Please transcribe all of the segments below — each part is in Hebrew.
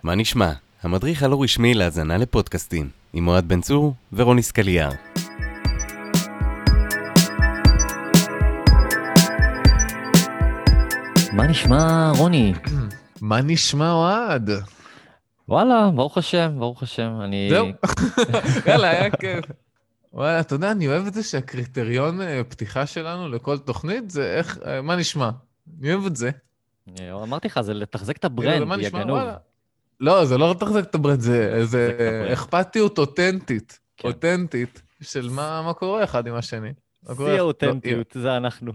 מה נשמע? המדריך הלא רשמי להאזנה לפודקאסטים, עם אוהד בן צור ורוני סקליאר. מה נשמע, רוני? מה נשמע אוהד? וואלה, ברוך השם, ברוך השם. זהו. יאללה, היה כיף. וואלה, אתה יודע, אני אוהב את זה שהקריטריון פתיחה שלנו לכל תוכנית זה איך, מה נשמע? אני אוהב את זה. אמרתי לך, זה לתחזק את כאילו, זה הברנד, מה יא נשמע? גנוב. וואלה. לא, זה לא תחזק את הברנד, זה לתחזק את הברנד. אכפתיות אותנטית. כן. אותנטית של מה קורה אחד עם השני. מה קורה? שיא לא, האותנטיות, זה אנחנו.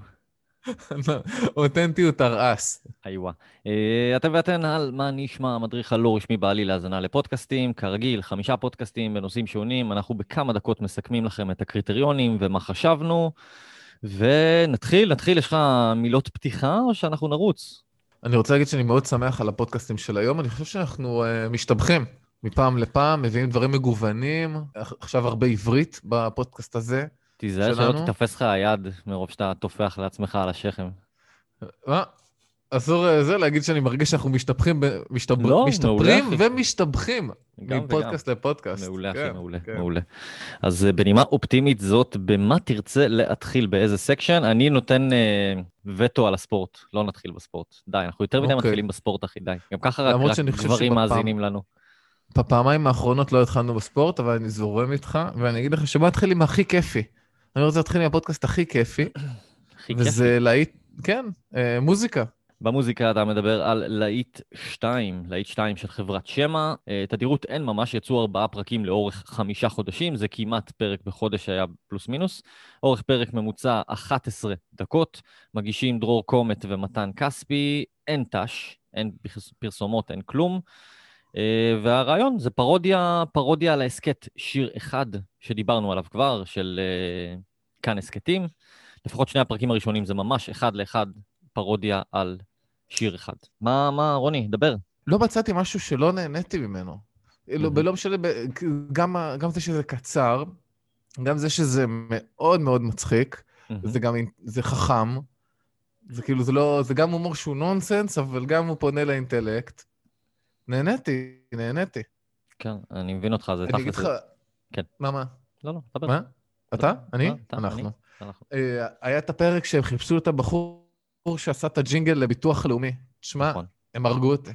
אותנטיות הרעס. איווה. אתם ואתן על מה נשמע, המדריך הלא רשמי בעלי להאזנה לפודקאסטים. כרגיל, 5 פודקאסטים בנושאים שונים. אנחנו בכמה דקות מסכמים לכם את הקריטריונים ומה חשבנו. ונתחיל, יש לך מילות פתיחה או שאנחנו נרוץ? אני רוצה להגיד שאני מאוד שמח על הפודקאסטים של היום. אני חושב שאנחנו משתבחים מפעם לפעם, מביאים דברים מגוונים. עכשיו הרבה עברית בפודקאסט הזה. תיזהר שלא תתפס לך היד מרוב שאתה תופח לעצמך על השכם. מה? אסור זה להגיד שאני מרגיש שאנחנו לא, משתפרים מעולה, אחי. ומשתבחים גם מפודקאסט לפודקאסט. מעולה, כן, אחי, מעולה, כן. מעולה. אז בנימה אופטימית זאת, במה תרצה להתחיל, באיזה סקשן? אני נותן וטו על הספורט, לא נתחיל בספורט. די, אנחנו יותר מדי אוקיי. מתחילים בספורט, אחי, די. גם ככה למרות רק שאני חושב גברים מאזינים לנו. בפעמיים האחרונות לא התחלנו בספורט, אבל אני זורם איתך, ואני אגיד לך שבוא נתחיל עם הכי כיפי. אני רוצה להתחיל עם הפודקאסט הכי כיפי, הכי וזה כיפי. להיט, כן, מוזיקה. במוזיקה אתה מדבר על להיט 2, להיט 2 של חברת שמע. תדירות אין ממש, יצאו 4 פרקים לאורך 5 חודשים, זה כמעט פרק בחודש היה פלוס מינוס. אורך פרק ממוצע 11 דקות, מגישים דרור קומט ומתן כספי, אין תש, אין פרסומות, אין כלום. והרעיון זה פרודיה על ההסקט שיר אחד שדיברנו עליו כבר, של כאן הסקטים. לפחות 2 הפרקים הראשונים זה ממש אחד לאחד פרודיה על שיר אחד. מה, רוני, דבר. לא מצאתי משהו שלא נהניתי ממנו. לא משנה, גם זה שזה קצר, גם זה שזה מאוד מאוד מצחיק, זה גם, זה חכם, זה כאילו, זה גם הומור שהוא נונסנס, אבל גם הוא פונה לאינטלקט. נהניתי. כן, אני מבין אותך, זה תכל'ס. אני אגיד לך, כן. מה? לא, דבר. מה? אתה? אני? אתה, אנחנו. אנחנו. היה את הפרק שהם חיפשו את הבחור שעשה את הג'ינגל לביטוח לאומי. תשמע, נכון. הם הרגו אותי.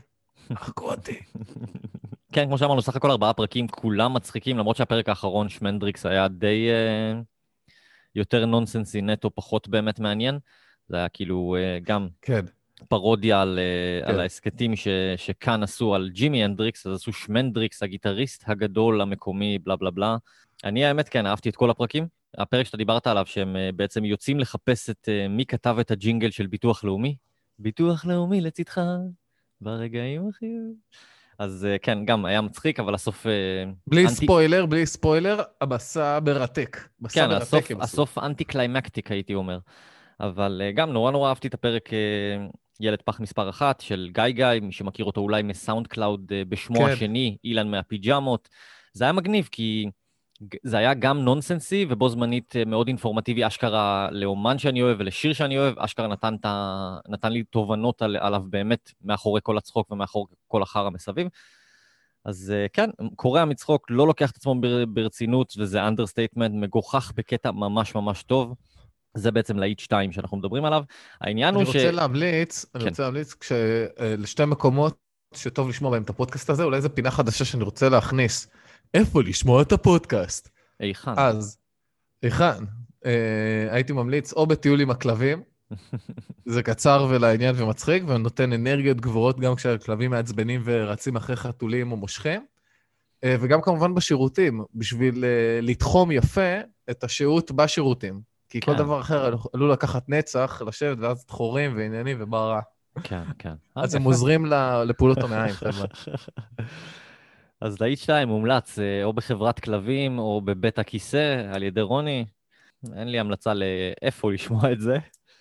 כן, כמו שאמרנו, סך הכל 4 פרקים, כולם מצחיקים, למרות שהפרק האחרון, שמנדריקס, היה די יותר נונסנסי נטו, פחות באמת מעניין. זה היה כאילו גם כן. פרודיה על ההסקטים שכאן עשו על ג'ימי הנדריקס, אז עשו שמנדריקס, הגיטריסט הגדול, המקומי, בלה בלה בלה. אני האמת, כן, אהבתי את כל הפרקים. הפרק שאתה דיברת עליו, שהם בעצם יוצאים לחפש את מי כתב את הג'ינגל של ביטוח לאומי. ביטוח לאומי לצדך, ברגעים הכי... אז כן, גם היה מצחיק, אבל הסוף... בלי ספוילר, המסע מרתק. כן, הסוף אנטי-קליימקטיק, הייתי אומר. אבל גם נורא אהבתי את הפרק ילד פח מספר 1 של גיא, מי שמכיר אותו אולי מסאונד קלאוד בשמו השני, אילן מהפיג'מות. זה היה מגניב, כי זה היה גם נונסנסי, ובו זמנית מאוד אינפורמטיבי, אשכרה לאומן שאני אוהב ולשיר שאני אוהב, אשכרה נתן לי תובנות עליו באמת, מאחורי כל הצחוק ומאחורי כל החרא מסביב. אז כן, קורא מצחוק, לא לוקח את עצמו ברצינות, וזה אנדרסטייטמנט מגוחך בקטע ממש ממש טוב. זה בעצם להיט 2 שאנחנו מדברים עליו. העניין הוא אני רוצה להמליץ לשתי מקומות שטוב לשמוע בהם את הפודקאסט הזה, אולי זו פינה חדשה שאני רוצה להכניס. איפה לשמוע את הפודקאסט? איכן. אז, איכן. הייתי ממליץ או בטיול עם הכלבים, זה קצר ולעניין ומצחיק, ונותן אנרגיות גבוהות גם כשהכלבים מעצבנים ורצים אחרי חתולים או מושכים, וגם כמובן בשירותים, בשביל לתחום יפה את השהות בשירותים. כי כל דבר אחר עלול לקחת נצח, לשבת, ואז תחורים ועניינים וברע. כן. אז הם עוזרים לפעולות המעיים, חבר'ה. אז להיט 2 מומלץ או בחברת כלבים או בבית הכיסא על ידי רוני. אין לי המלצה לאיפה לשמוע את זה.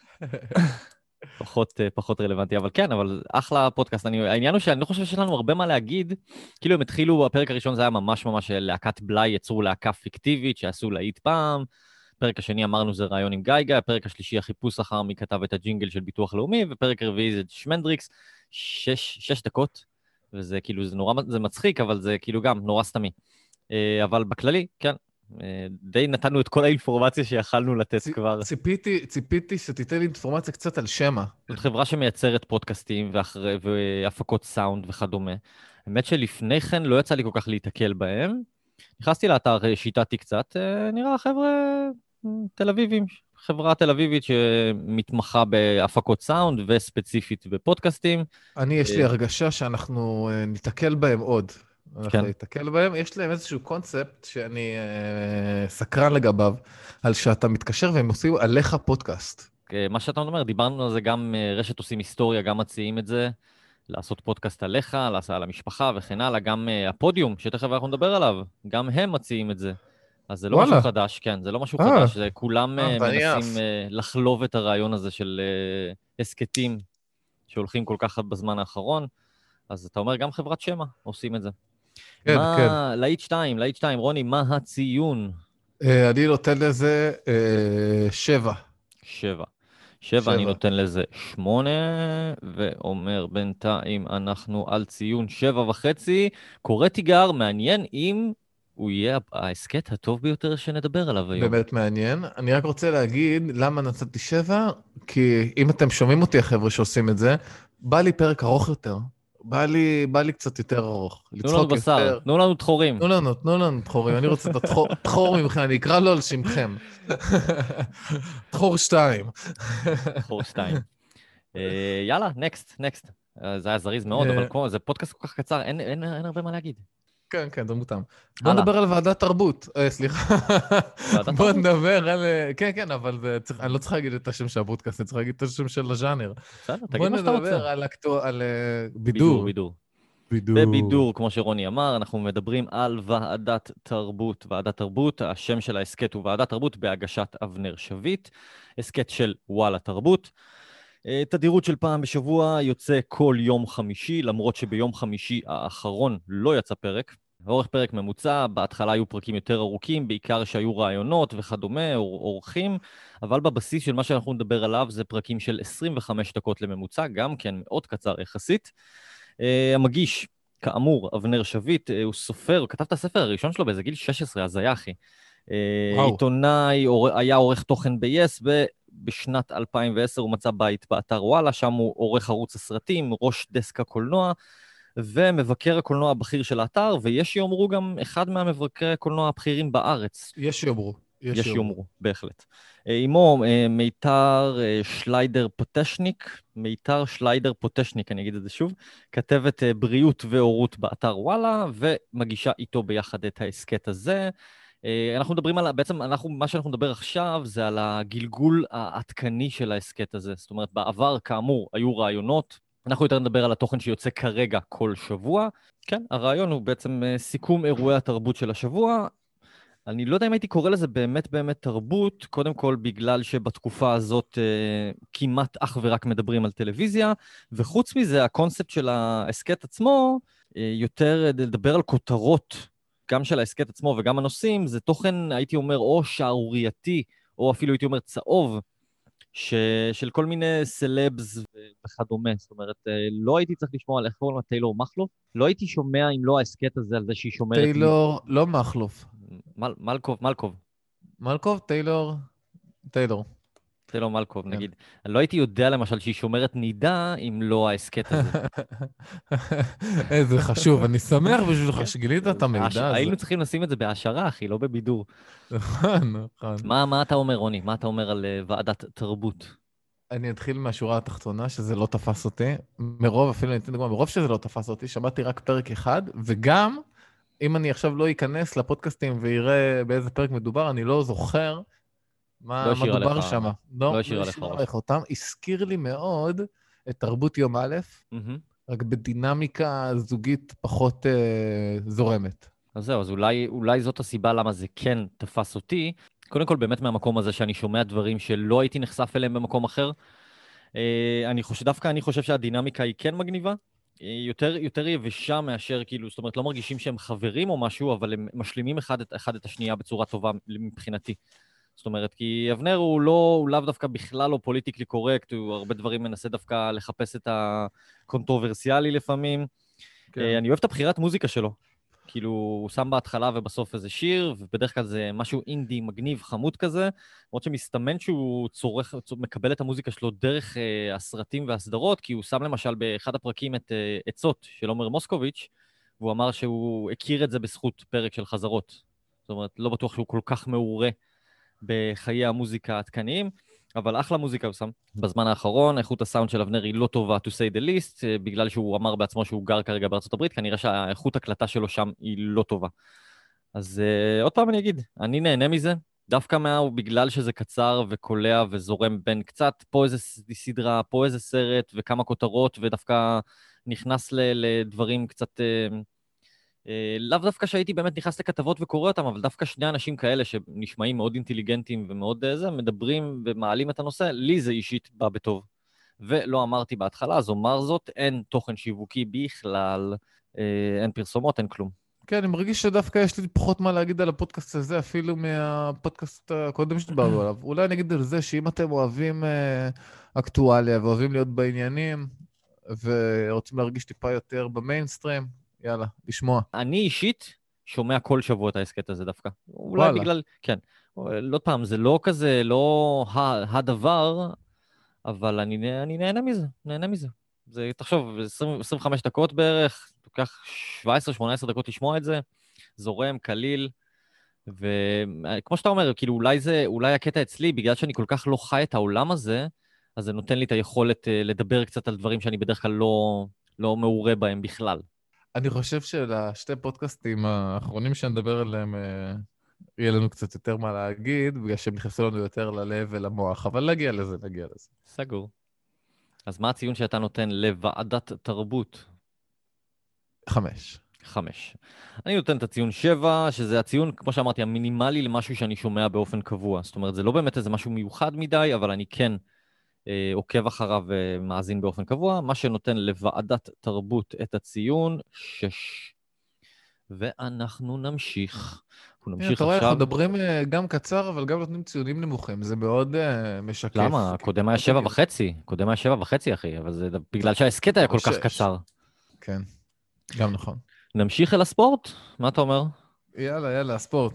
פחות רלוונטי, אבל כן, אבל אחלה פודקאסט. העניין הוא שאני לא חושב שיש לנו הרבה מה להגיד. כאילו הם התחילו, הפרק הראשון זה היה ממש להקת בלי, יצרו להקה פיקטיבית שעשו להיט פעם. הפרק השני אמרנו זה רעיון עם גיא, הפרק השלישי החיפוש אחר מי כתב את הג'ינגל של ביטוח לאומי, ופרק הרביעי זה שמנדריקס, 6 דקות, וזה כאילו, זה מצחיק, אבל זה כאילו גם נורא סתמי. אבל בכללי, כן, די נתנו את כל האינפורמציה שיכלנו לתת כבר. ציפיתי שתיתן לי אינפורמציה קצת על שמה. זאת חברה שמייצרת פודקאסטים והפקות סאונד וכדומה. האמת שלפני כן לא יצא לי כל כך להתקל בהם. נכנסתי לאתר, שיטתי קצת, נראה חבר'ה תל אביבים, חברה תל אביבית שמתמחה בהפקות סאונד וספציפית בפודקאסטים. יש לי הרגשה שאנחנו ניתקל בהם עוד. אנחנו ניתקל בהם. יש להם איזשהו קונספט שאני סקרן לגביו, על שאתה מתקשר והם עושים עליך פודקאסט. מה שאתה אומר, דיברנו על זה, גם רשת עושים היסטוריה, גם מציעים את זה, לעשות פודקאסט עליך, על המשפחה וכן הלאה, גם הפודיום, שתכף אנחנו נדבר עליו, גם הם מציעים את זה. אז זה לא משהו חדש, כן, זה לא משהו חדש, זה כולם מנסים לחלוב את הרעיון הזה של הסקטים שהולכים כל כך בזמן האחרון, אז אתה אומר, גם חברת שמה עושים את זה. כן, כן. להיט 2, רוני, מה הציון? אני נותן לזה 7. 7, אני נותן לזה 8, ואומר בינתיים אנחנו על ציון 7.5. קורא תיגר, מעניין אם הוא יהיה ההסקט הטוב ביותר שנדבר עליו היום. באמת מעניין. אני רק רוצה להגיד למה נתתי 7, כי אם אתם שומעים אותי, החבר'ה שעושים את זה, בא לי פרק ארוך יותר. בא לי קצת יותר ארוך. תנו לנו בשר, תנו לנו תחורים. תנו לנו תחורים. אני רוצה את התחור ממכם, אני אקרא לו על שמכם. תחור 2. תחור 2. יאללה, נקסט. זה היה זריז מאוד, אבל זה פודקאסט כל כך קצר, אין הרבה מה להגיד. כן, זה מותם. בוא נדבר על ועדת תרבות. סליחה. בוא נדבר על... כן, אבל אני לא צריך להגיד את השם של הפודקאסט, אני צריך להגיד את השם של הז'אנר. בוא נדבר על בידור. בבידור, כמו שרוני אמר, אנחנו מדברים על ועדת תרבות. ועדת תרבות, השם של ההסקט הוא ועדת תרבות בהגשת אבנר שביט, הסקט של וואלה תרבות. תדירות של פעם בשבוע יוצא כל יום חמישי, למרות שביום חמישי האחרון לא יצא פרק. אורך פרק ממוצע, בהתחלה היו פרקים יותר ארוכים, בעיקר שהיו רעיונות וכדומה, אורחים, אבל בבסיס של מה שאנחנו נדבר עליו זה פרקים של 25 דקות לממוצע, גם כן מאוד קצר יחסית. המגיש, כאמור, אבנר שביט, הוא סופר, הוא כתב את הספר הראשון שלו באיזה גיל 16, אז היה אחי. עיתונאי, היה עורך תוכן ב-yes, ובשנת 2010 הוא מצא בית באתר וואלה, שם הוא עורך ערוץ הסרטים, ראש דסק הקולנוע, ומבקר הקולנוע הבכיר של האתר, ויש יאמרו גם אחד מהמבקרי הקולנוע הבכירים בארץ. יש יאמרו, בהחלט. עמו מיתר שליידר פוטשניק, אני אגיד את זה שוב, כתבת בריאות והורות באתר וואלה, ומגישה איתו ביחד את ההסקט הזה. אנחנו מדברים על, בעצם מה שאנחנו נדבר עכשיו זה על הגלגול העדכני של ההסקט הזה. זאת אומרת, בעבר, כאמור, היו רעיונות. אנחנו יותר נדבר על התוכן שיוצא כרגע כל שבוע. כן, הרעיון הוא בעצם סיכום אירועי התרבות של השבוע. אני לא יודע אם הייתי קורא לזה באמת תרבות, קודם כל בגלל שבתקופה הזאת כמעט אך ורק מדברים על טלוויזיה, וחוץ מזה, הקונספט של ההסקט עצמו, יותר לדבר על כותרות, גם של ההסקט עצמו וגם הנושאים, זה תוכן, הייתי אומר, או שערורייתי, או אפילו הייתי אומר צהוב, של כל מיני סלבס וכדומה. זאת אומרת, לא הייתי צריך לשמוע על איך קוראים לה טיילור מחלוף, לא הייתי שומע אם לא ההסקט הזה על זה שהיא שומרת... טיילור, לא מחלוף. טיילור מלקוב, נגיד. אני לא הייתי יודע למשל שהיא שומרת נידה אם לא ההסקט הזה. איזה חשוב, אני שמח בשבילך שגילית את המידע הזה. היינו צריכים לשים את זה בהשערה, אחי, לא בבידור. נכון. מה אתה אומר, רוני? מה אתה אומר על ועדת תרבות? אני אתחיל מהשורה התחתונה, שזה לא תפס אותי. אפילו אני אתן דוגמה, מרוב שזה לא תפס אותי, שמעתי רק פרק אחד, וגם אם אני עכשיו לא אכנס לפודקאסטים ויראה באיזה פרק מדובר, אני לא זוכר מה דובר שם. לא השאיר עליך אותם. הזכיר לי מאוד את תרבות יום א', רק בדינמיקה זוגית פחות זורמת. אז זהו, אז אולי זאת הסיבה למה זה כן תפס אותי. קודם כל, באמת מהמקום הזה שאני שומע דברים שלא הייתי נחשף אליהם במקום אחר. דווקא אני חושב שהדינמיקה היא כן מגניבה. יותר יבשה מאשר, כאילו, זאת אומרת, לא מרגישים שהם חברים או משהו, אבל הם משלימים אחד את השנייה בצורה טובה מבחינתי. זאת אומרת, כי אבנר הוא לאו דווקא בכלל לא פוליטיקלי קורקט, הוא הרבה דברים מנסה דווקא לחפש את הקונטרוברסיאלי לפעמים. כן. אני אוהב את הבחירת מוזיקה שלו. כאילו, הוא שם בהתחלה ובסוף איזה שיר, ובדרך כלל זה משהו אינדי, מגניב, חמוד כזה, למרות שמסתמן שהוא מקבל את המוזיקה שלו דרך הסרטים והסדרות, כי הוא שם למשל באחד הפרקים את עצות של עומר מוסקוביץ', והוא אמר שהוא הכיר את זה בזכות פרק של חזרות. זאת אומרת, לא בטוח שהוא כל כך מעורה בחיי המוזיקה העדכניים, אבל אחלה מוזיקה הוא שם. בזמן האחרון, איכות הסאונד של אבנר היא לא טובה, to say the least, בגלל שהוא אמר בעצמו שהוא גר כרגע בארצות הברית, כנראה שהאיכות הקלטה שלו שם היא לא טובה. אז עוד פעם אני אגיד, אני נהנה מזה, דווקא בגלל שזה קצר וקולע וזורם בין קצת, פה איזה סדרה, פה איזה סרט וכמה כותרות, ודווקא נכנס לדברים קצת... לאו דווקא שהייתי באמת נכנס לכתבות וקורא אותם, אבל דווקא שני אנשים כאלה שנשמעים מאוד אינטליגנטים ומאוד מדברים ומעלים את הנושא, לי זה אישית בא בטוב. ולא אמרתי בהתחלה, אז אומר זאת, אין תוכן שיווקי בכלל, אין פרסומות, אין כלום. כן, אני מרגיש שדווקא יש לי פחות מה להגיד על הפודקאסט הזה, אפילו מהפודקאסט הקודם שדיברנו עליו. אולי אני אגיד על זה שאם אתם אוהבים אקטואליה ואוהבים להיות בעניינים, ורוצים להרגיש טיפה יותר במיינסטרים, יאללה, לשמוע. אני אישית שומע כל שבוע את העסקת הזה דווקא. אולי וואלה. בגלל, כן. לא פעם, זה לא כזה, לא הדבר, אבל אני נהנה מזה, נהנה מזה. זה, תחשוב, 25 דקות בערך, לוקח 17-18 דקות לשמוע את זה, זורם, קליל, וכמו שאתה אומר, כאילו אולי הקטע אצלי, בגלל שאני כל כך לא חי את העולם הזה, אז זה נותן לי את היכולת לדבר קצת על דברים שאני בדרך כלל לא מעורה בהם בכלל. אני חושב שלשתי פודקאסטים האחרונים שנדבר עליהם, יהיה לנו קצת יותר מה להגיד, בגלל שהם נכנסו לנו יותר ללב ולמוח, אבל נגיע לזה. סגור. אז מה הציון שאתה נותן לוועדת תרבות? 5. 5. אני נותן את הציון 7, שזה הציון, כמו שאמרתי, המינימלי למשהו שאני שומע באופן קבוע. זאת אומרת, זה לא באמת איזה משהו מיוחד מדי, אבל אני כן עוקב אחריו ומאזין באופן קבוע, מה שנותן לוועדת תרבות את הציון 6. ואנחנו נמשיך. אתה רואה, אנחנו מדברים גם קצר, אבל גם נותנים ציונים נמוכים. זה מאוד משקף. למה? קודם היה 7.5, אחי, אבל זה בגלל שהעסקת היה כל כך קצר. כן, גם נכון. נמשיך אל הספורט? מה אתה אומר? יאללה,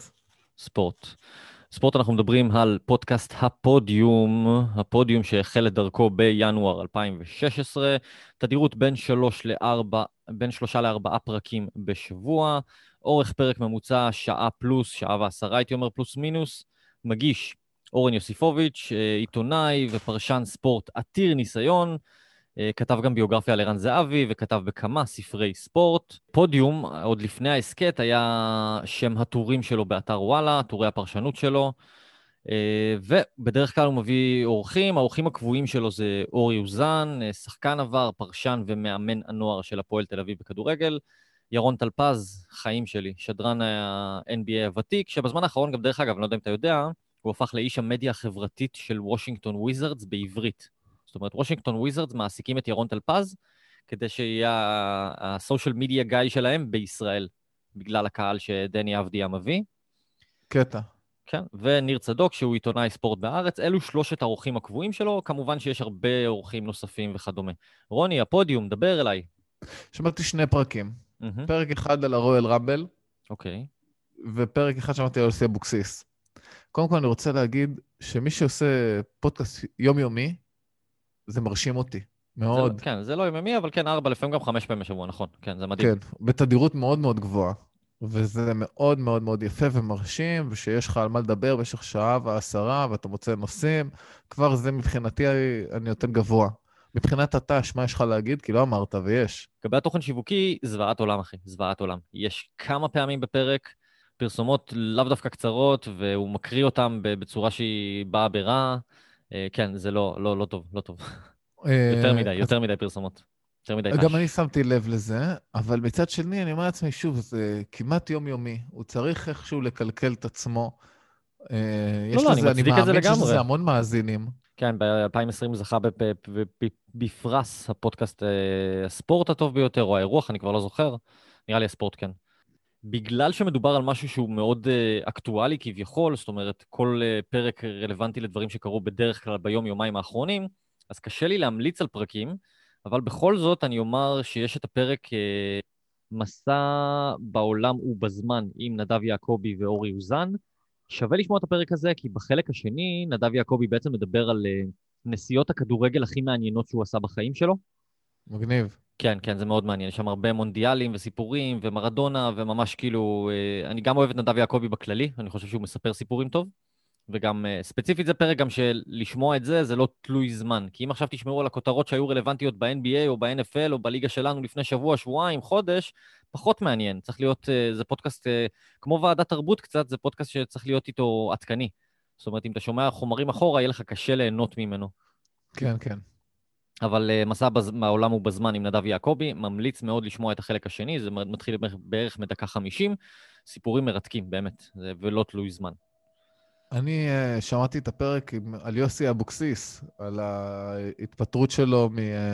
ספורט אנחנו מדברים על פודקאסט הפודיום שהחל את דרכו בינואר 2016, תדירות בין 3 ל-4 פרקים בשבוע, אורך פרק ממוצע שעה פלוס, שעה ו10 הייתי אומר פלוס מינוס, מגיש אורן יוסיפוביץ', עיתונאי ופרשן ספורט עתיר ניסיון, כתב גם ביוגרפיה על ערן זהבי וכתב בכמה ספרי ספורט. פודיום, עוד לפני העסקת, היה שם הטורים שלו באתר וואלה, טורי הפרשנות שלו, ובדרך כלל הוא מביא אורחים, האורחים הקבועים שלו זה אורי אוזן, שחקן עבר, פרשן ומאמן הנוער של הפועל תל אביב בכדורגל, ירון טלפז, חיים שלי, שדרן ה-NBA הוותיק, שבזמן האחרון גם דרך אגב, אני לא יודע אם אתה יודע, הוא הפך לאיש המדיה החברתית של וושינגטון וויזרדס בעברית. זאת אומרת, וושינגטון וויזרדס מעסיקים את ירון טלפז, כדי שיהיה הסושיאל מדיה גאי שלהם בישראל, בגלל הקהל שדני אבדיה מביא. קטע. כן, וניר צדוק, שהוא עיתונאי ספורט בארץ, אלו 3 האורחים הקבועים שלו, כמובן שיש הרבה אורחים נוספים וכדומה. רוני, הפודיום, דבר אליי. שמעתי 2 פרקים. פרק אחד על הרויאל רמבל. אוקיי. ופרק אחד שמעתי על יוסי אבוקסיס. קודם כל אני רוצה להגיד שמי שעושה פודקאסט יומיומי, זה מרשים אותי, מאוד. כן, זה לא יומי, אבל כן, 4, לפעמים גם 5 פעמים בשבוע, נכון. כן, זה מדהים. כן, בתדירות מאוד מאוד גבוהה. וזה מאוד מאוד מאוד יפה ומרשים, ושיש לך על מה לדבר במשך שעה ו10, ואתה מוצא נושאים, כבר זה מבחינתי אני נותן גבוה. מבחינת התש, מה יש לך להגיד? כי לא אמרת, ויש. לגבי התוכן שיווקי, זוועת עולם, אחי, זוועת עולם. יש כמה פעמים בפרק, פרסומות לאו דווקא קצרות, והוא מקריא אותם בצורה שהיא באה ברע. כן, זה לא טוב, לא טוב. יותר מדי פרסומות. גם אני שמתי לב לזה, אבל מצד שני, אני אומר לעצמי, שוב, זה כמעט יומיומי. הוא צריך איכשהו לקלקל את עצמו. אני מאמין שיש לזה המון מאזינים. כן, ב-2020 הוא זכה בפרס הפודקאסט הספורט הטוב ביותר, או האירוח, אני כבר לא זוכר. נראה לי הספורט, כן. בגלל שמדובר על משהו שהוא מאוד אקטואלי כביכול, זאת אומרת, כל פרק רלוונטי לדברים שקרו בדרך כלל ביום-יומיים האחרונים, אז קשה לי להמליץ על פרקים, אבל בכל זאת אני אומר שיש את הפרק מסע בעולם ובזמן עם נדב יעקבי ואורי אוזן. שווה לשמוע את הפרק הזה, כי בחלק השני נדב יעקבי בעצם מדבר על נסיעות הכדורגל הכי מעניינות שהוא עשה בחיים שלו. מגניב. כן, כן, זה מאוד מעניין. יש שם הרבה מונדיאלים וסיפורים ומרדונה, וממש כאילו, אני גם אוהב את נדב יעקבי בכללי, אני חושב שהוא מספר סיפורים טוב, וגם ספציפית זה פרק גם של לשמוע את זה, זה לא תלוי זמן. כי אם עכשיו תשמעו על הכותרות שהיו רלוונטיות ב-NBA או ב-NFL או בליגה שלנו לפני שבוע, שבועיים, חודש, פחות מעניין. צריך להיות, זה פודקאסט כמו ועדת תרבות קצת, זה פודקאסט שצריך להיות איתו עדכני. זאת אומרת, אם אתה שומע חומרים אחורה, יהיה לך קשה ליהנות ממנו. כן, כן. אבל מסע מהעולם ובזמן עם נדב יעקבי, ממליץ מאוד לשמוע את החלק השני, זה מתחיל בערך מדקה 50, סיפורים מרתקים, באמת, ולא תלוי זמן. אני שמעתי את הפרק על יוסי אבוקסיס, על ההתפטרות שלו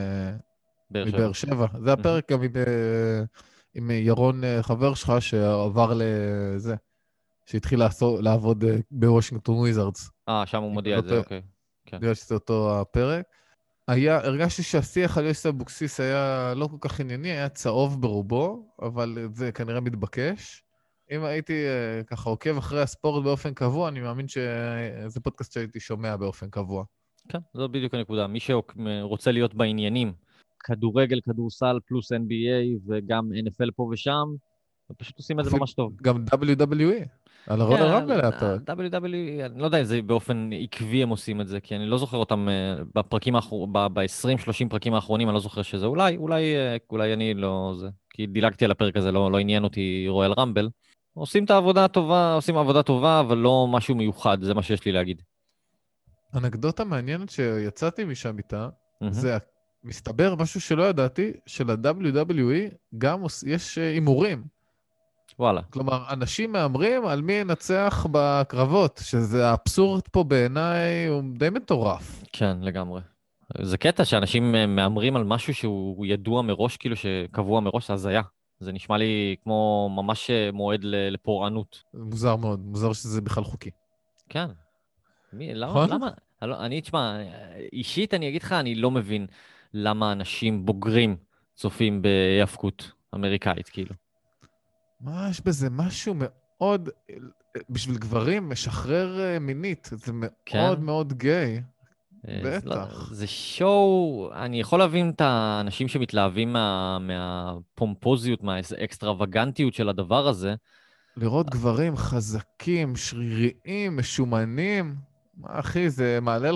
מבאר שבע. זה הפרק גם עם ירון חבר שלך שעבר לזה, שהתחיל לעבוד בוושינגטון וויזארדס. שם הוא מודיע את זה, אוקיי. בגלל שזה אותו הפרק. הרגשתי שהשיח על יוסי אבוקסיס היה לא כל כך ענייני, היה צהוב ברובו, אבל זה כנראה מתבקש. אם הייתי ככה עוקב אחרי הספורט באופן קבוע, אני מאמין שזה פודקאסט שהייתי שומע באופן קבוע. כן, זו בדיוק הנקודה. מי שרוצה להיות בעניינים, כדורגל, כדורסל, פלוס NBA וגם NFL פה ושם, פשוט עושים את זה ממש טוב. גם WWE, על הרמבל היה פרק. WWE, אני לא יודע אם זה באופן עקבי הם עושים את זה, כי אני לא זוכר אותם בפרקים ב-20-30 פרקים האחרונים, אני לא זוכר שזה. אולי אני לא זה, כי דילגתי על הפרק הזה, לא עניין אותי רויאל רמבל. עושים את העבודה הטובה, עושים עבודה טובה, אבל לא משהו מיוחד, זה מה שיש לי להגיד. אנקדוטה מעניינת שיצאתי משם איתה, זה מסתבר משהו שלא ידעתי, של-WWE גם יש הימורים. וואלה. כלומר, אנשים מאמרים על מי ינצח בקרבות, שזה האבסורד פה בעיניי הוא די מטורף. כן, לגמרי. זה קטע שאנשים מאמרים על משהו שהוא ידוע מראש, כאילו שקבוע מראש, זה הזיה. זה נשמע לי כמו ממש מועד לפורענות. מוזר מאוד, מוזר שזה בכלל חוקי. כן. למה? תשמע, אישית אני אגיד לך, אני לא מבין למה אנשים בוגרים צופים בהיאבקות אמריקאית, כאילו. מה יש בזה? משהו מאוד, בשביל גברים, משחרר מינית. זה מאוד מאוד גיי. בטח. זה שואו, אני יכול להבין את האנשים שמתלהבים מהפומפוזיות, מהאקסטרווגנטיות של הדבר הזה. לראות גברים חזקים, שריריים, משומנים, אחי, זה מעלה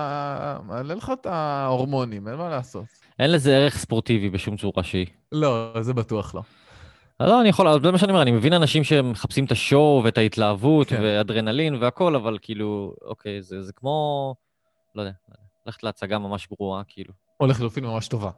לך את ההורמונים, אין מה לעשות. אין לזה ערך ספורטיבי בשום צורה שהיא. לא, זה בטוח לא. לא, אני יכול, זה מה שאני אומר, אני מבין אנשים שמחפשים את השואו ואת ההתלהבות ואדרנלין והכל, אבל כאילו, אוקיי, זה כמו, לא יודע, הולכת להצגה ממש גרועה, כאילו. הולך לחלופין ממש טובה.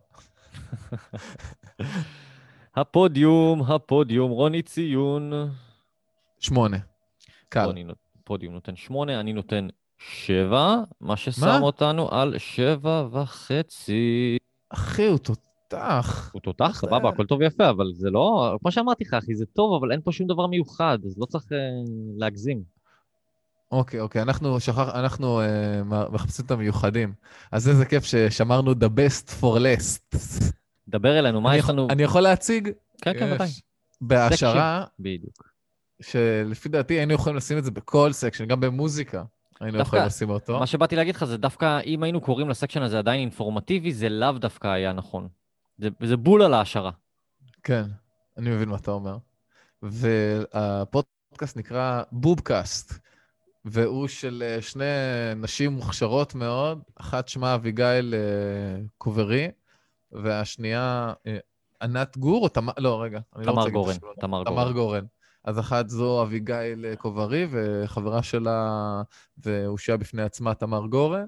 הפודיום, רוני ציון. 8. קל. פודיום נותן 8, אני נותן 7, מה ששם אותנו על 7.5. אחי, הוא תותח. הוא תותח, סבבה, הכל טוב ויפה, אבל זה לא, כמו שאמרתי לך, אחי, זה טוב, אבל אין פה שום דבר מיוחד, אז לא צריך להגזים. אוקיי, אנחנו מחפשים את המיוחדים. אז איזה כיף ששמרנו the best for last. דבר אלינו, מה יש לנו? אני יכול להציג? כן, כן, בוודאי. בהשערה, בדיוק. שלפי דעתי היינו יכולים לשים את זה בכל סקשן, גם במוזיקה היינו יכולים לשים אותו. מה שבאתי להגיד לך זה דווקא, אם היינו קוראים לסקשן הזה עדיין אינפורמטיבי, זה לאו דווקא היה נכון. זה בול על ההשערה. כן, אני מבין מה אתה אומר. והפודקאסט נקרא בובקאסט, והוא של שני נשים מוכשרות מאוד, אחת שמה אביגיל קוברי, והשנייה ענת גור, או לא, רגע. תמר גורן. אז אחת זו אביגיל קוברי, וחברה שלה, והושיעה בפני עצמה תמר גורן.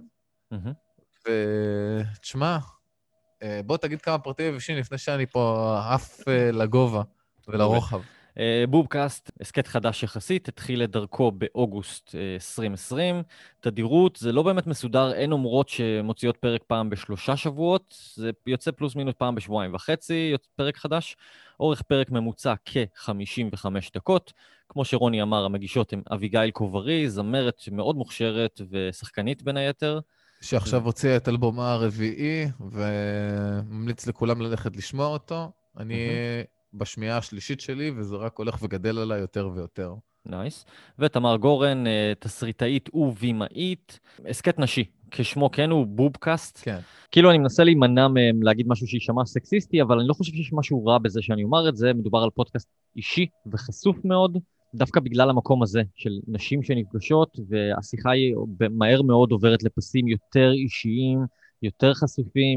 ותשמע, בוא תגיד כמה פרטים יבשים לפני שאני פה עף לגובה ולרוחב. בובקאסט, הסקט חדש יחסית, התחיל את דרכו באוגוסט 2020. תדירות, זה לא באמת מסודר, אין אומרות שמוציאות פרק פעם ב3 שבועות, זה יוצא פלוס מינוס פעם ב1.5 פרק חדש. אורך פרק ממוצע כ-55 דקות. כמו שרוני אמר, המגישות הן אביגיל קוברי, זמרת מאוד מוכשרת ושחקנית בין היתר. שעכשיו הוציאה את אלבומה הרביעי, וממליץ לכולם ללכת לשמוע אותו. אני בשמיעה השלישית שלי, וזה רק הולך וגדל עליי יותר ויותר. נייס. ותמר גורן, תסריטאית ובימאית, הסקט נשי, כשמו כן הוא בובקאסט. כן. כאילו אני מנסה להימנע מהם להגיד משהו שישמע סקסיסטי, אבל אני לא חושב שיש משהו רע בזה שאני אומר את זה. מדובר על פודקאסט אישי וחשוף מאוד, דווקא בגלל המקום הזה של נשים שנפגשות, והשיחה היא מהר מאוד עוברת לפסים יותר אישיים, יותר חשופים,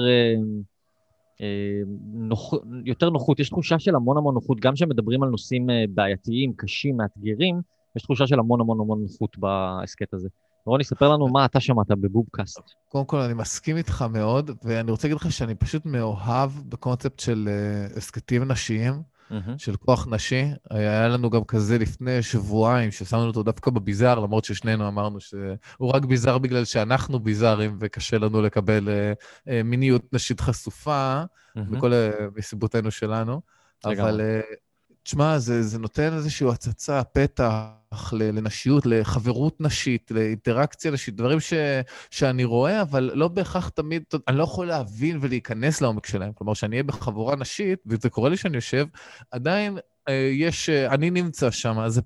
יותר נוחות. יש תחושה של המון נוחות, גם כשמדברים על נושאים בעייתיים, קשים, מאתגרים, יש תחושה של המון נוחות בהסקט הזה. רוני, ספר לנו מה אתה שמעת בבובקאסט. קודם כל, אני מסכים איתך מאוד, ואני רוצה להגיד לך שאני פשוט מאוהב בקונספט של הסקטים נשיים, של כוח נשי. היה לנו גם כזה לפני שבועיים, ששמנו אותו דווקא בביזאר, למרות ששנינו אמרנו שהוא רק ביזאר בגלל שאנחנו ביזארים, וקשה לנו לקבל מיניות נשית חשופה, בכל מסיבותינו שלנו. אבל תשמע, זה נותן איזושהי הצצה, פתח לנשיות, לחברות נשית, לאינטראקציה נשית, דברים שאני רואה, אבל לא בהכרח תמיד, אני לא יכול להבין ולהיכנס לעומק שלהם. כלומר, שאני אהיה בחבורה נשית, וזה קורה לי שאני יושב, עדיין אני נמצא שם, אז זה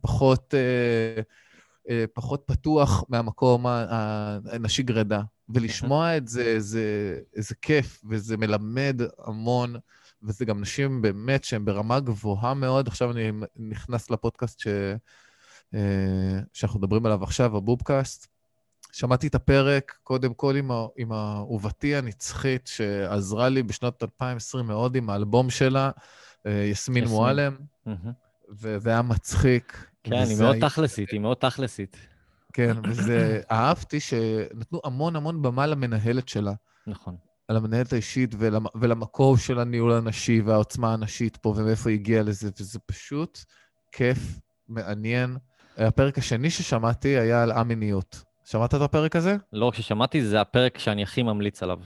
פחות פתוח מהמקום הנשי גרדה. ולשמוע את זה כיף, וזה מלמד המון, וזה גם נשים באמת שהן ברמה גבוהה מאוד. עכשיו אני נכנס לפודקאסט שאנחנו מדברים עליו עכשיו, הבובקאסט. שמעתי את הפרק קודם כל עם אהובתי הנצחית, שעזרה לי בשנת 2020 מאוד עם האלבום שלה, יסמין מועלם, וזה היה מצחיק. כן, היא מאוד תכלסית. כן, אהבתי שנתנו המון במה למנהלת שלה. נכון. על המנהלת האישית ולמקום של הניהול הנשי והעוצמה הנשית פה, ומאיפה הגיע לזה, וזה פשוט כיף, מעניין. הפרק השני ששמעתי היה על א-מיניות. שמעת את הפרק הזה? לא, כששמעתי, זה הפרק שאני הכי ממליץ עליו.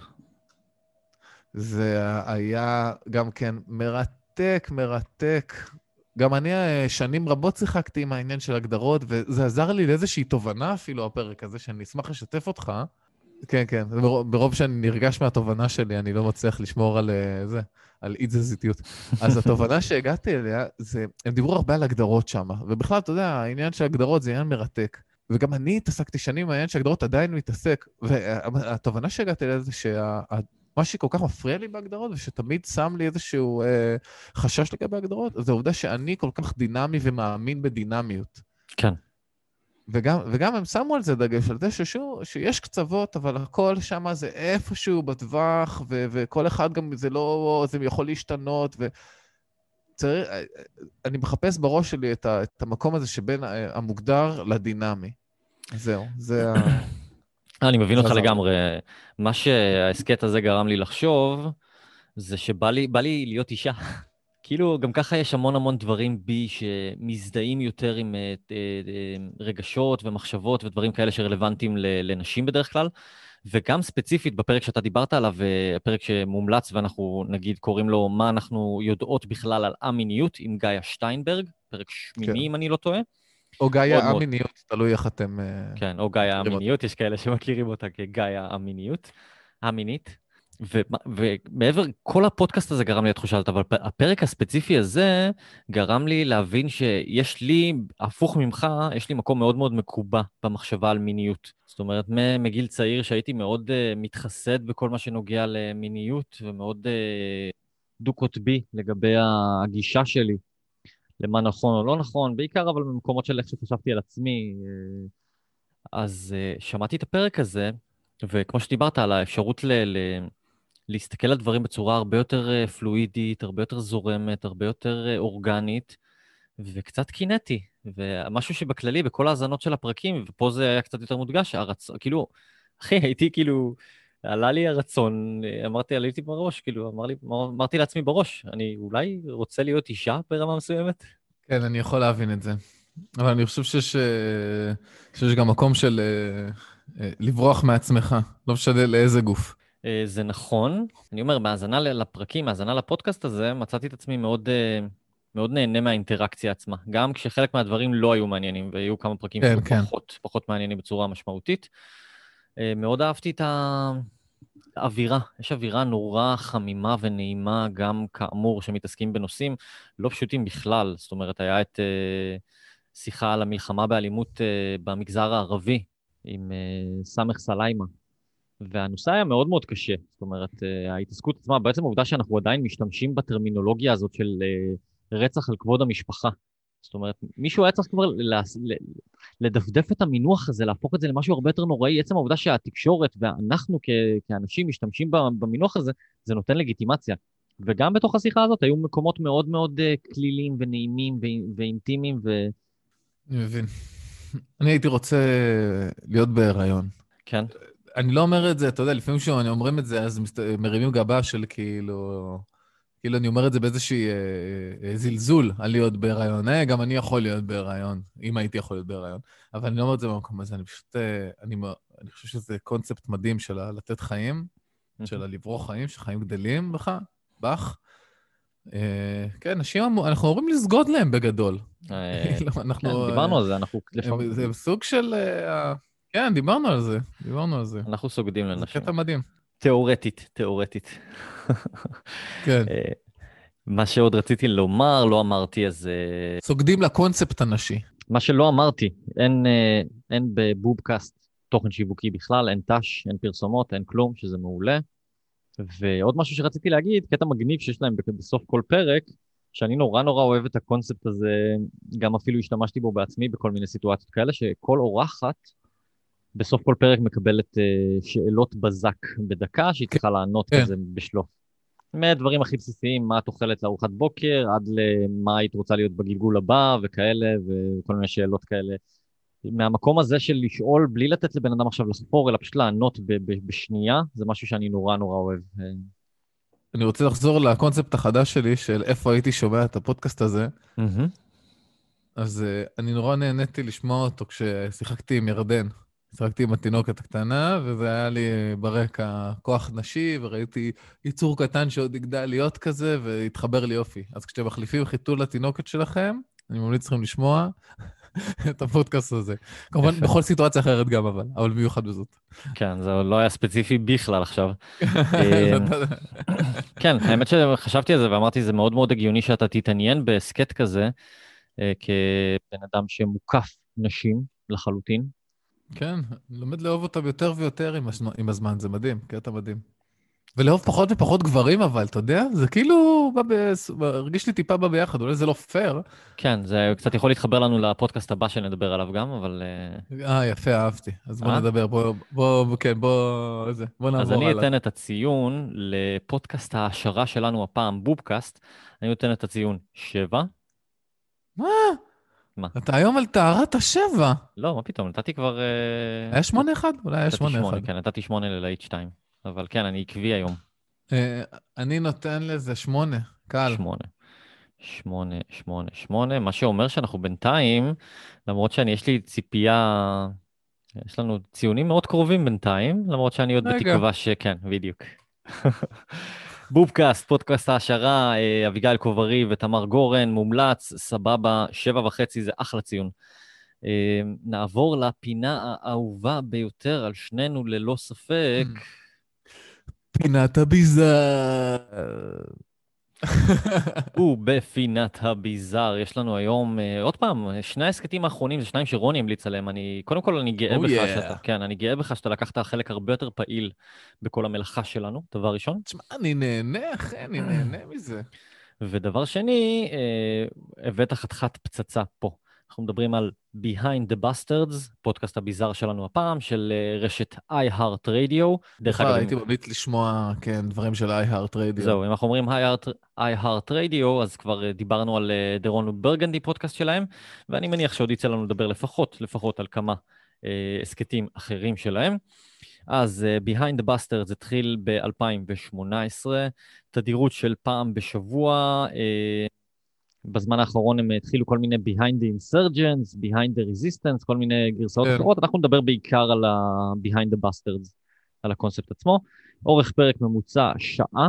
זה היה גם כן מרתק. גם אני שנים רבות שיחקתי עם העניין של הגדרות, וזה עזר לי לאיזושהי תובנה אפילו, הפרק הזה, שאני אשמח לשתף אותך. כן, ברוב שאני נרגש מהתובנה שלי, אני לא מצליח לשמור על אי-תזזיתיות. אז התובנה שהגעתי אליה, הם דיברו הרבה על הגדרות שם, ובכלל, אתה יודע, העניין של הגדרות זה עניין מרתק. וגם אני התעסקתי שנים, העניין של הגדרות עדיין מתעסק, והתובנה שהגעתי אליה זה מה שכל כך מפריע לי בהגדרות, ושתמיד שם לי איזשהו חשש לגבי ההגדרות, זה העובדה שאני כל כך דינמי ומאמין בדינמיות. כן. וגם הם שמו על זה דגש, על זה שיש קצוות, אבל הכל שם זה איפשהו בטווח, וכל אחד גם זה יכול להשתנות, אני מחפש בראש שלי את המקום הזה שבין המוגדר לדינמי. זהו, זה אני מבין אותך לגמרי. מה שההסקט הזה גרם לי לחשוב, זה שבא לי להיות אישה. כאילו, גם ככה יש המון דברים בי שמזדהים יותר עם רגשות ומחשבות ודברים כאלה שרלוונטיים לנשים בדרך כלל, וגם ספציפית בפרק שאתה דיברת עליו, הפרק שמומלץ ואנחנו נגיד קוראים לו מה אנחנו יודעות בכלל על א-מיניות עם גאיה שטיינברג, פרק שמיני אם אני לא טועה. או גאיה א-מיניות, תלוי איך אתם... כן, או גאיה א-מיניות, יש כאלה שמכירים אותה כגאיה א-מינית. ומעבר, כל הפודקאסט הזה גרם לי לתחושה, אבל הפרק הספציפי הזה גרם לי להבין שיש לי, הפוך ממך, יש לי מקום מאוד מקובע במחשבה על מיניות. זאת אומרת, מגיל צעיר שהייתי מאוד מתחסד בכל מה שנוגע למיניות, ומאוד דו-קוטבי לגבי הגישה שלי, למה נכון או לא נכון, בעיקר אבל במקומות של איך שחשבתי על עצמי. אז שמעתי את הפרק הזה, וכמו שדיברת על האפשרות להסתכל על דברים בצורה הרבה יותר פלואידית, הרבה יותר זורמת, הרבה יותר אורגנית, וקצת קינטי. ומשהו שבכללי, בכל ההאזנות של הפרקים, ופה זה היה קצת יותר מודגש, כאילו, אחי, הייתי כאילו, עלה לי הרצון, עליתי בראש, כאילו, אמרתי לעצמי בראש, אני אולי רוצה להיות אישה ברמה מסוימת? כן, אני יכול להבין את זה. אבל אני חושב שיש גם מקום של לברוח מעצמך, לא משנה לאיזה גוף. זה נכון. אני אומר, מהאזנה לפרקים, מהאזנה לפודקאסט הזה, מצאתי את עצמי מאוד נהנה מהאינטראקציה עצמה. גם כשחלק מהדברים לא היו מעניינים, והיו כמה פרקים שהיו פחות מעניינים בצורה משמעותית. מאוד אהבתי אווירה, יש אווירה נורא חמימה ונעימה, גם כאמור שמתעסקים בנושאים לא פשוטים בכלל. זאת אומרת, היה את שיחה על המלחמה באלימות במגזר הערבי עם סמך סליימה, והנושא היה מאוד מאוד קשה. זאת אומרת, ההתעסקות עצמה, בעצם העובדה שאנחנו עדיין משתמשים בטרמינולוגיה הזאת של רצח על כבוד המשפחה. זאת אומרת, מישהו היה צריך כבר לדפדף את המינוח הזה, להפוך את זה למשהו הרבה יותר נוראי. עצם העובדה שהתקשורת ואנחנו כאנשים משתמשים במינוח הזה, זה נותן לגיטימציה. וגם בתוך השיחה הזאת היו מקומות מאוד מאוד כלילים ונעימים ואינטימיים. אני מבין. אני הייתי רוצה להיות בהיריון. כן. אני לא אומר את זה, אתה יודע, לפעמים כשאני אומרים את זה, אז מרימים גבה של כאילו אני אומר את זה באיזושהי זלזול על להיות בהיריון. גם אני יכול להיות בהיריון, אם הייתי יכול להיות בהיריון. אבל אני לא אומר את זה במקום הזה, אני פשוט, אני חושב שזה קונספט מדהים של לתת חיים, של לברוא חיים, שחיים גדלים בך. כן, אנחנו אומרים לסגוד להם בגדול. דיברנו על זה, זה סוג של... כן, דיברנו על זה. אנחנו סוגדים לנשים. זה קטע מדהים. תיאורטית. כן. מה שעוד רציתי לומר, לא אמרתי, אז... סוגדים לקונספט הנשי. מה שלא אמרתי, אין בבובקאסט תוכן שיווקי בכלל, אין טאש, אין פרסומות, אין כלום, שזה מעולה. ועוד משהו שרציתי להגיד, קטע מגניב שיש להם בסוף כל פרק, שאני נורא אוהב את הקונספט הזה, גם אפילו השתמשתי בו בעצמי בכל מיני סיטואציות כאלה, שכל אורחת בסוף כל פרק מקבלת שאלות בזק בדקה, שהיא צריכה לענות כזה בשלוף. מהדברים הכי בסיסיים, מה את אוכלת לארוחת בוקר, עד למה היית רוצה להיות בגלגול הבא, וכאלה, וכל מיני שאלות כאלה. מהמקום הזה של לשאול, בלי לתת לבן אדם עכשיו לחפור, אלא פשוט לענות בשנייה, זה משהו שאני נורא אוהב. אני רוצה לחזור לקונספט החדש שלי, של איפה הייתי שומע את הפודקאסט הזה. אז אני נורא נהניתי לשמוע אותו כששיחקתי עם ירדן. שיחקתי עם התינוקת הקטנה, וזה היה לי ברקע כוח נשי, וראיתי ייצור קטן שעוד יגדל להיות כזה, והתחבר לי יופי. אז כשאתם מחליפים חיתול לתינוקת שלכם, אני ממליץ לכם לשמוע את הפודקאסט הזה. כמובן, בכל סיטואציה אחרת גם, אבל מיוחד בזאת. כן, זה לא היה ספציפי בכלל עכשיו. כן, האמת שחשבתי על זה ואמרתי, זה מאוד מאוד הגיוני שאתה תתעניין בסקט כזה, כבן אדם שמוקף נשים לחלוטין. כן, אני לומד לאהוב אותם יותר ויותר עם הזמן, זה מדהים, קטע מדהים. ולאהוב פחות ופחות גברים, אבל, אתה יודע, זה כאילו, הרגיש לי טיפה ביחד, אולי זה לא פייר. כן, זה קצת יכול להתחבר לנו לפודקאסט הבא שנדבר עליו גם, אבל... יפה, אהבתי. אז בוא נדבר, בוא נעבור אז אני אתן את הציון לפודקאסט ההשערה שלנו הפעם, בובקאסט, אני נותן את הציון 7. מה? מה? אתה היום על טהרת ה7. לא, מה פתאום, נתתי כבר... היה 8-1? אולי היה 8-1. כן, נתתי 8 ללהיט 2. אבל כן, אני עקבי היום. אני נותן לזה 8, קל. 8. מה שאומר שאנחנו בינתיים, למרות יש לי ציפייה, יש לנו ציונים מאוד קרובים בינתיים, למרות שאני עוד בתקווה שכן, בדיוק. בובקאסט, פודקאסט ההשערה, אביגיל קוברי ותמר גורן, מומלץ, סבבה, 7.5 זה אחלה ציון. נעבור לפינה האהובה ביותר על שנינו ללא ספק. פינת הביזר. ובפינת הביזר, יש לנו היום, עוד פעם, שני הסקטים האחרונים, זה שניים שרוני המליץ עליהם. קודם כל, אני גאה בך שאתה, כן, אני גאה בך שאתה לקחת חלק הרבה יותר פעיל בכל המלאכה שלנו, דבר ראשון. תשמע, אני נהנה, אחי, אני נהנה מזה. ודבר שני, הבאת חתיכת פצצה פה. אנחנו מדברים על Behind the Bastards, פודקאסט הביזר שלנו הפעם, של רשת iHeartRadio. בכלל, הייתי ממליץ לשמוע, כן, דברים של iHeartRadio. זהו, אם אנחנו אומרים iHeartRadio, אז כבר דיברנו על דרון ברגנדי, פודקאסט שלהם, ואני מניח שעוד יצא לנו לדבר לפחות על כמה הסקטים אחרים שלהם. אז Behind the Bastards התחיל ב-2018, תדירות של פעם בשבוע, בזמן האחרון הם התחילו כל מיני Behind the Insurgents, Behind the Resistance, כל מיני גרסאות אחרות. אנחנו נדבר בעיקר על Behind the Bastards, על הקונספט עצמו. אורך פרק ממוצע שעה,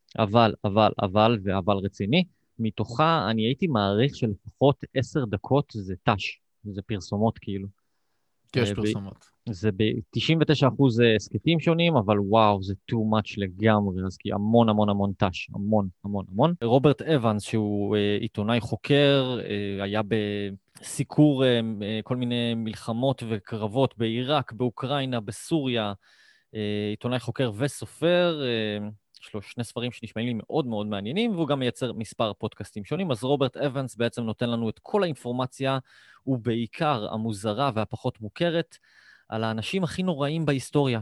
אבל רציני. מתוכה אני הייתי מעריך שלפחות 10 דקות זה טאש, זה פרסומות כאילו. כי יש פרסומות. זה ב-99% סקטים שונים, אבל וואו, זה too much לגמרי, אז כי המון המון המון טאש, המון המון המון. רוברט אבנס, שהוא עיתונאי חוקר, היה בסיקור כל מיני מלחמות וקרבות בעיראק, באוקראינה, בסוריה, עיתונאי חוקר וסופר, יש לו 2 ספרים שנשמעים לי מאוד מאוד מעניינים, והוא גם מייצר מספר פודקאסטים שונים, אז רוברט אבנס בעצם נותן לנו את כל האינפורמציה, ובעיקר המוזרה והפחות מוכרת, על האנשים הכי נוראים בהיסטוריה.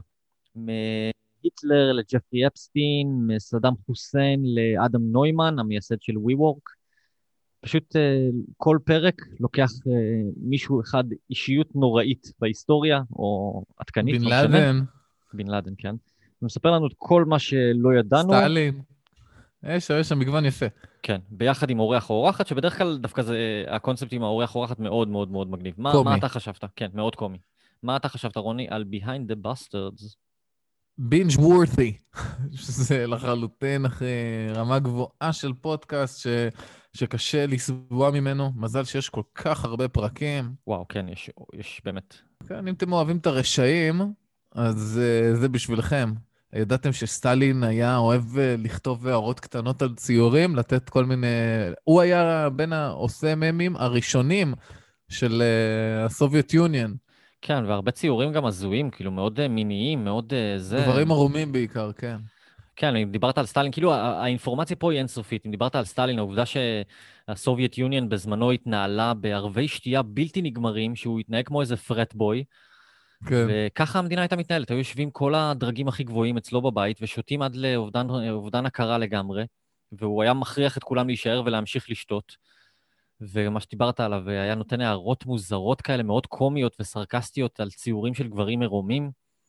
מהיטלר לג'פרי אפסטין, מסדאם חוסיין לאדם נוימן, המייסד של WeWork. פשוט כל פרק לוקח מישהו אחד, אישיות נוראית בהיסטוריה, או עדכנית. בן לאדן. בן לאדן, כן. הוא מספר לנו את כל מה שלא ידענו. סטלין. יש שם מגוון יפה. כן, ביחד עם אורח או אורחת, שבדרך כלל דווקא זה, הקונספט עם האורח או אורחת מאוד מאוד מאוד מגניב. מה אתה חשבת? כן, מאוד קומי. מה אתה חשבת, רוני, על Behind the Bastards? binge worthy, שזה לחלוטין אחרי רמה גבוהה של פודקאסט שקשה לסבוע ממנו. מזל שיש כל כך הרבה פרקים. וואו, כן, יש באמת. כן, אם אתם אוהבים את הרשעים, אז זה בשבילכם. ידעתם שסטלין היה אוהב לכתוב הערות קטנות על ציורים, לתת כל מיני... הוא היה בין העושה ממים הראשונים של הסובייט יוניון. כן, והרבה ציורים גם הזויים, כאילו מאוד מיניים, מאוד זה... דברים ערומים בעיקר, כן. כן, אם דיברת על סטלין, כאילו האינפורמציה פה היא אינסופית. אם דיברת על סטלין, העובדה שהסובייט יוניון בזמנו התנהלה בערבי שתייה בלתי נגמרים, שהוא התנהג כמו איזה פרטבוי, כן. וככה המדינה הייתה מתנהלת. היו יושבים כל הדרגים הכי גבוהים אצלו בבית, ושותים עד לאובדן הכרה לגמרי, והוא היה מכריח את כולם להישאר ולהמשיך לשתות. ומה שדיברת עליו, היה נותן הערות מוזרות כאלה, מאוד קומיות וסרקסטיות על ציורים של גברים עירומים.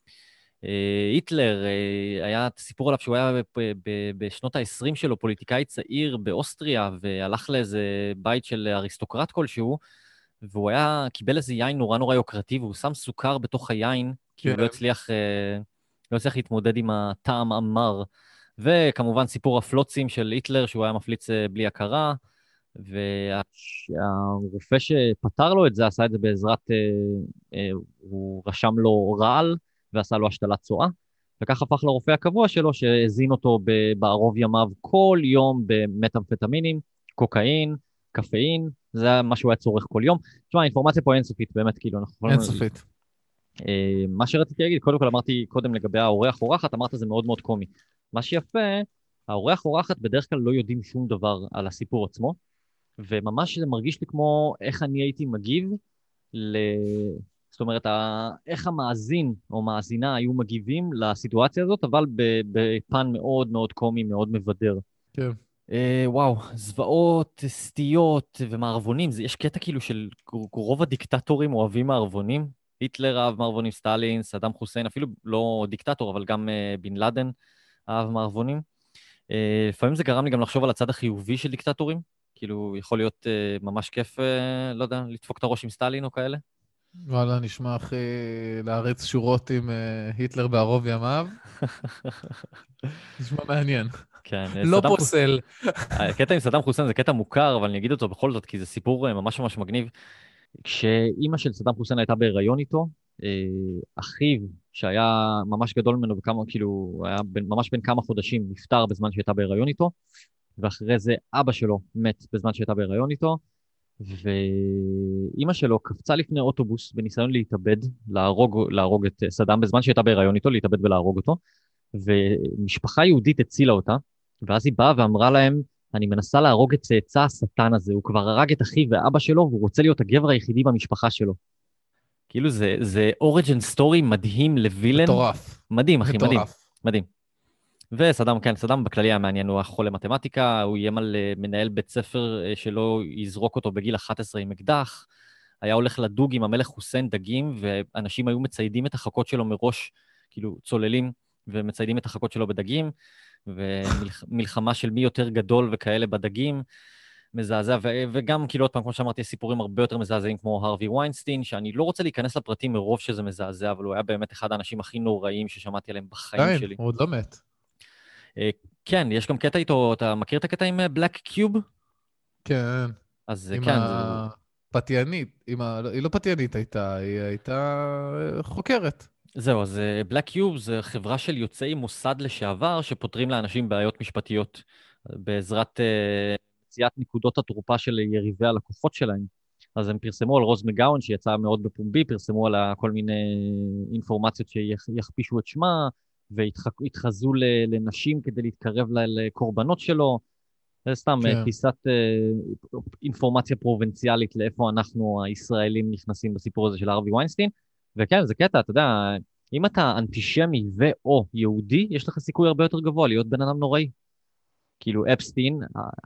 היטלר, היה סיפור עליו שהוא היה בשנות ה-20 שלו, פוליטיקאי צעיר באוסטריה, והלך לאיזה בית של אריסטוקרט כלשהו, והוא קיבל איזה יין נורא נורא יוקרתי, והוא שם סוכר בתוך היין, כי הוא לא הצליח להתמודד עם הטעם המר. וכמובן סיפור הפלוצים של היטלר, שהוא היה מפליץ בלי הכרה, והרופא שפתר לו את זה, עשה את זה בעזרת, הוא רשם לו רעל, ועשה לו השתלת צואה, וכך הפך לרופא הקבוע שלו, שהזין אותו בערוב ימיו כל יום במטאמפטמינים, קוקאין, קפאין, זה מה שהוא היה צורך כל יום. תשמע, האינפורמציה פה אינסופית, באמת, כאילו, אנחנו... אינסופית. מה שרציתי להגיד, קודם כל אמרתי קודם לגבי האורח אורחת, אמרת זה מאוד מאוד קומי. מה שיפה, האורח אורחת בדרך כלל לא יודעים שום דבר על הסיפור עצמו, וממש זה מרגיש לי כמו איך אני הייתי מגיב זאת אומרת, איך המאזין או מאזינה היו מגיבים לסיטואציה הזאת, אבל בפן מאוד מאוד קומי, מאוד מבדר. כן. וואו, זוועות, סטיות ומערבונים, יש קטע כאילו של רוב הדיקטטורים אוהבים מערבונים. היטלר אהב מערבונים, סטלין, סדאם חוסיין, אפילו לא דיקטטור, אבל גם בן לאדן אהב מערבונים. לפעמים זה גרם לי גם לחשוב על הצד החיובי של דיקטטורים, כאילו יכול להיות ממש כיף, לא יודע, לדפוק את הראש עם סטלין או כאלה. וואלה, נשמע הכי להריץ שורות עם היטלר בערוב ימיו. נשמע מעניין. כן. לא פוסל. הקטע עם סדאם חוסיין זה קטע מוכר, אבל אני אגיד אותו בכל זאת, כי זה סיפור ממש ממש מגניב. כשאימא של סדאם חוסיין הייתה בהיריון איתו, אחיו, שהיה ממש גדול ממנו, כאילו, היה ממש בין כמה חודשים, נפטר בזמן שהייתה בהיריון איתו, ואחרי זה אבא שלו מת בזמן שהייתה בהיריון איתו, ואימא שלו קפצה לפני אוטובוס בניסיון להתאבד, להרוג את סדאם בזמן שהייתה בהיריון איתו, להתאבד ולהרוג אותו, ומשפחה יהודית הצילה אותה, ואז היא באה ואמרה להם, אני מנסה להרוג את צאצא השטן הזה, הוא כבר הרג את אחיו ואבא שלו, והוא רוצה להיות הגבר היחידי במשפחה שלו. כאילו זה אוריג'ן סטורי מדהים לווילן. מטורף. מדהים, אחי, מדהים. מדהים. וסדאם, כן, סדאם בכללי היה מעניין, הוא היה חולה מתמטיקה, הוא איים על מנהל בית ספר שלא יזרוק אותו בגיל 11 עם אקדח, היה הולך לדוג עם המלך חוסיין דגים, ואנשים היו מציידים את החכות שלו מראש, כאילו צוללים, ומציידים את החכות שלו בדגים, ומלחמה של מי יותר גדול וכאלה בדגים, מזעזע, וגם כאילו עוד פעם, כמו שאמרתי, סיפורים הרבה יותר מזעזעים כמו הרווי ויינסטיין, שאני לא רוצה להיכנס לפרטים מרוב שזה מזעזע, אבל הוא היה באמת אחד האנשים הכי נוראים ששמעתי עליהם בחיים שלי. הוא עוד לא מת. כן, יש גם קטע איתו, אתה מכיר את הקטע עם בלק קיוב? כן. אז עם כן. פתיינית, היא לא פתיינית הייתה, היא הייתה חוקרת. זהו, אז Black Cube זה חברה של יוצאי מוסד לשעבר שפותרים לאנשים בעיות משפטיות בעזרת מציאת נקודות התורפה של יריבי הלקוחות שלהם. אז הם פרסמו על רוז מגאון שיצאה מאוד בפומבי, פרסמו על כל מיני אינפורמציות שיכפישו את שמה, והתחזו לנשים כדי להתקרב לקורבנות שלו. זה סתם פיסת אינפורמציה פרובינציאלית לאיפה אנחנו הישראלים נכנסים בסיפור הזה של הרווי ויינסטיין. וכן, זה קטע, אתה יודע, אם אתה אנטישמי ו/או יהודי, יש לך סיכוי הרבה יותר גבוה להיות בן אדם נוראי. כאילו אפסטין,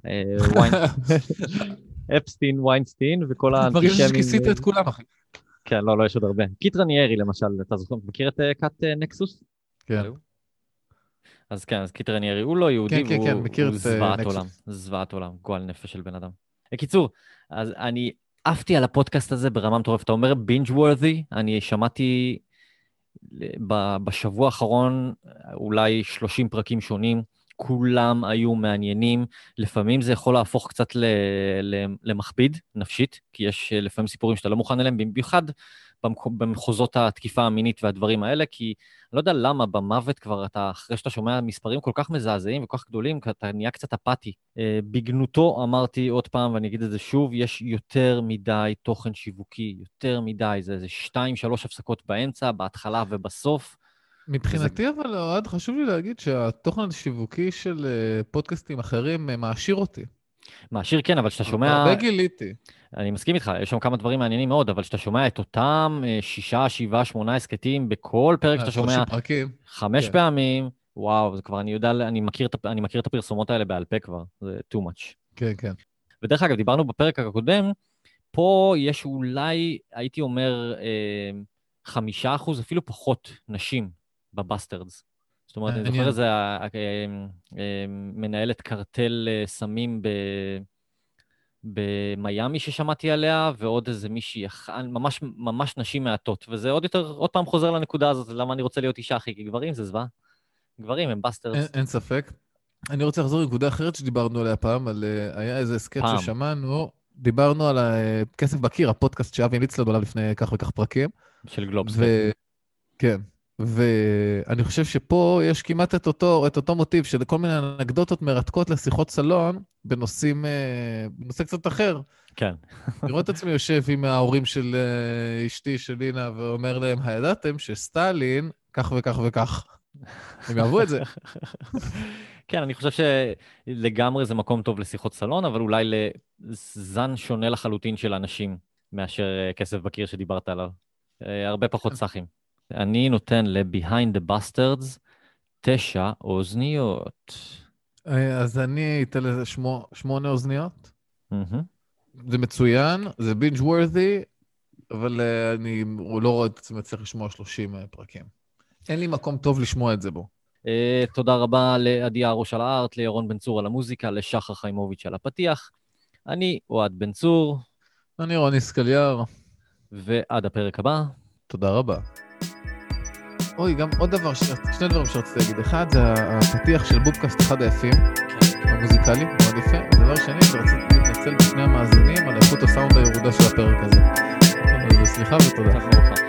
אפסטין, ויינסטיין, וכל האנטישמים... דברים שכיסית את כולם, אחי. כן, לא, יש עוד הרבה. קיט רניירי, למשל, אתה זוכר, מכיר את קאט נקסוס? כן. אז כן, אז קיט רניירי הוא לא יהודי, והוא זוועת עולם. זוועת עולם, גועל נפש של בן אדם. בקיצור, אז אני עפתי על הפודקאסט הזה ברמה מטורפת. אתה אומר binge worthy, אני שמעתי בשבוע האחרון אולי 30 פרקים שונים, כולם היו מעניינים, לפעמים זה יכול להפוך קצת למכביד נפשית, כי יש לפעמים סיפורים שאתה לא מוכן אליהם, במיוחד במחוזות התקיפה המינית והדברים האלה, כי אני לא יודע למה במוות כבר אתה, אחרי שאתה שומע מספרים כל כך מזעזעים וכל כך גדולים, אתה נהיה קצת אפאתי. בגנותו אמרתי עוד פעם, ואני אגיד את זה שוב, יש יותר מדי תוכן שיווקי, יותר מדי, זה 2-3 הפסקות באמצע, בהתחלה ובסוף. מבחינתי, אבל עוד חשוב לי להגיד שהתוכן השיווקי של פודקאסטים אחרים מעשיר אותי. מעשיר כן, אבל שאתה שומע... הרבה גיליתי. אני מסכים איתך, יש שם כמה דברים מעניינים מאוד, אבל שאתה שומע את אותם 6, 7, 8 הסקטים, בכל פרק שאתה שומע 5 פעמים, וואו, זה כבר, אני יודע, אני מכיר את הפרסומות האלה בעל פה כבר, זה too much. כן, כן. ודרך אגב, דיברנו בפרק הקודם, פה יש אולי, הייתי אומר, 5%, אפילו פחות נשים בבאסטרדס. זאת אומרת, אני זוכר איזה מנהלת קרטל סמים במיימי ששמעתי עליה, ועוד איזה מישהי, ממש נשים מעטות. וזה עוד פעם חוזר לנקודה הזאת, למה אני רוצה להיות אישה, אחי, כי גברים זה זווה. גברים הם באסטרדס. אין ספק. אני רוצה לחזור לנקודה אחרת שדיברנו עליה פעם, היה איזה סקט ששמענו, דיברנו על כסף בקיר, הפודקאסט שאבי המליץ לנו עליו לפני כך וכך פרקים. של גלובס. כן. ואני חושב שפה יש כמעט את אותו מוטיב של כל מיני אנקדוטות מרתקות לשיחות סלון בנושא קצת אחר. כן. לראות את עצמי יושב עם ההורים של אשתי, של לינה, ואומר להם, הידעתם שסטלין כך וכך וכך. הם יאהבו את זה. כן, אני חושב שלגמרי זה מקום טוב לשיחות סלון, אבל אולי לזן שונה לחלוטין של אנשים מאשר כסף בקיר שדיברת עליו. הרבה פחות סחים. אני נותן ל-Behind the Bastards 9 אוזניות. אז אני אתן לזה 8 אוזניות. זה מצוין, זה binge worthy, אבל אני לא רואה את עצמי צריך לשמוע 30 פרקים. אין לי מקום טוב לשמוע את זה בו. תודה רבה לעדי הראש על הארט, לירון בן צור על המוזיקה, לשחר חיימוביץ' על הפתיח. אני אוהד בן צור. אני רוני סקליאר. ועד הפרק הבא. תודה רבה. אוי, גם עוד דבר, שני דברים שרציתי להגיד. אחד, זה הפתיח של בובקאסט אחד היפים, המוזיקלי, מאוד יפה. הדבר שני, שרציתי להתנצל בפני המאזינים על איכות הסאונד הירודה של הפרק הזה. אז סליחה ותודה.